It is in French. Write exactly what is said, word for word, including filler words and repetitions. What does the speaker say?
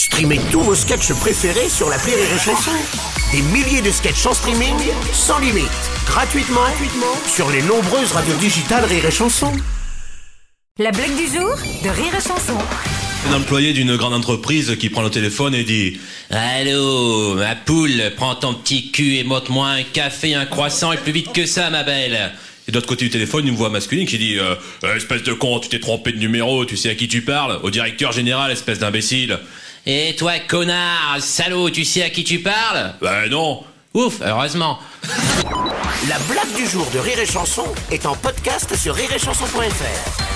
Streamez tous vos sketchs préférés sur l'appli Rire et Chanson. Des milliers de sketchs en streaming, sans limite, gratuitement, gratuitement sur les nombreuses radios digitales Rire et Chanson. La blague du jour de Rire et Chanson. Un employé d'une grande entreprise qui prend le téléphone et dit « Allô, ma poule, prends ton petit cul et monte-moi un café, un croissant et plus vite que ça, ma belle !» Et de l'autre côté du téléphone, une voix masculine qui dit euh, « Espèce de con, tu t'es trompé de numéro, tu sais à qui tu parles ? Au directeur général, espèce d'imbécile !»« Et toi, connard, salaud, tu sais à qui tu parles ? » ?»« Ben non !»« Ouf, heureusement !» La blague du jour de Rire et Chanson est en podcast sur rire et chanson point f r.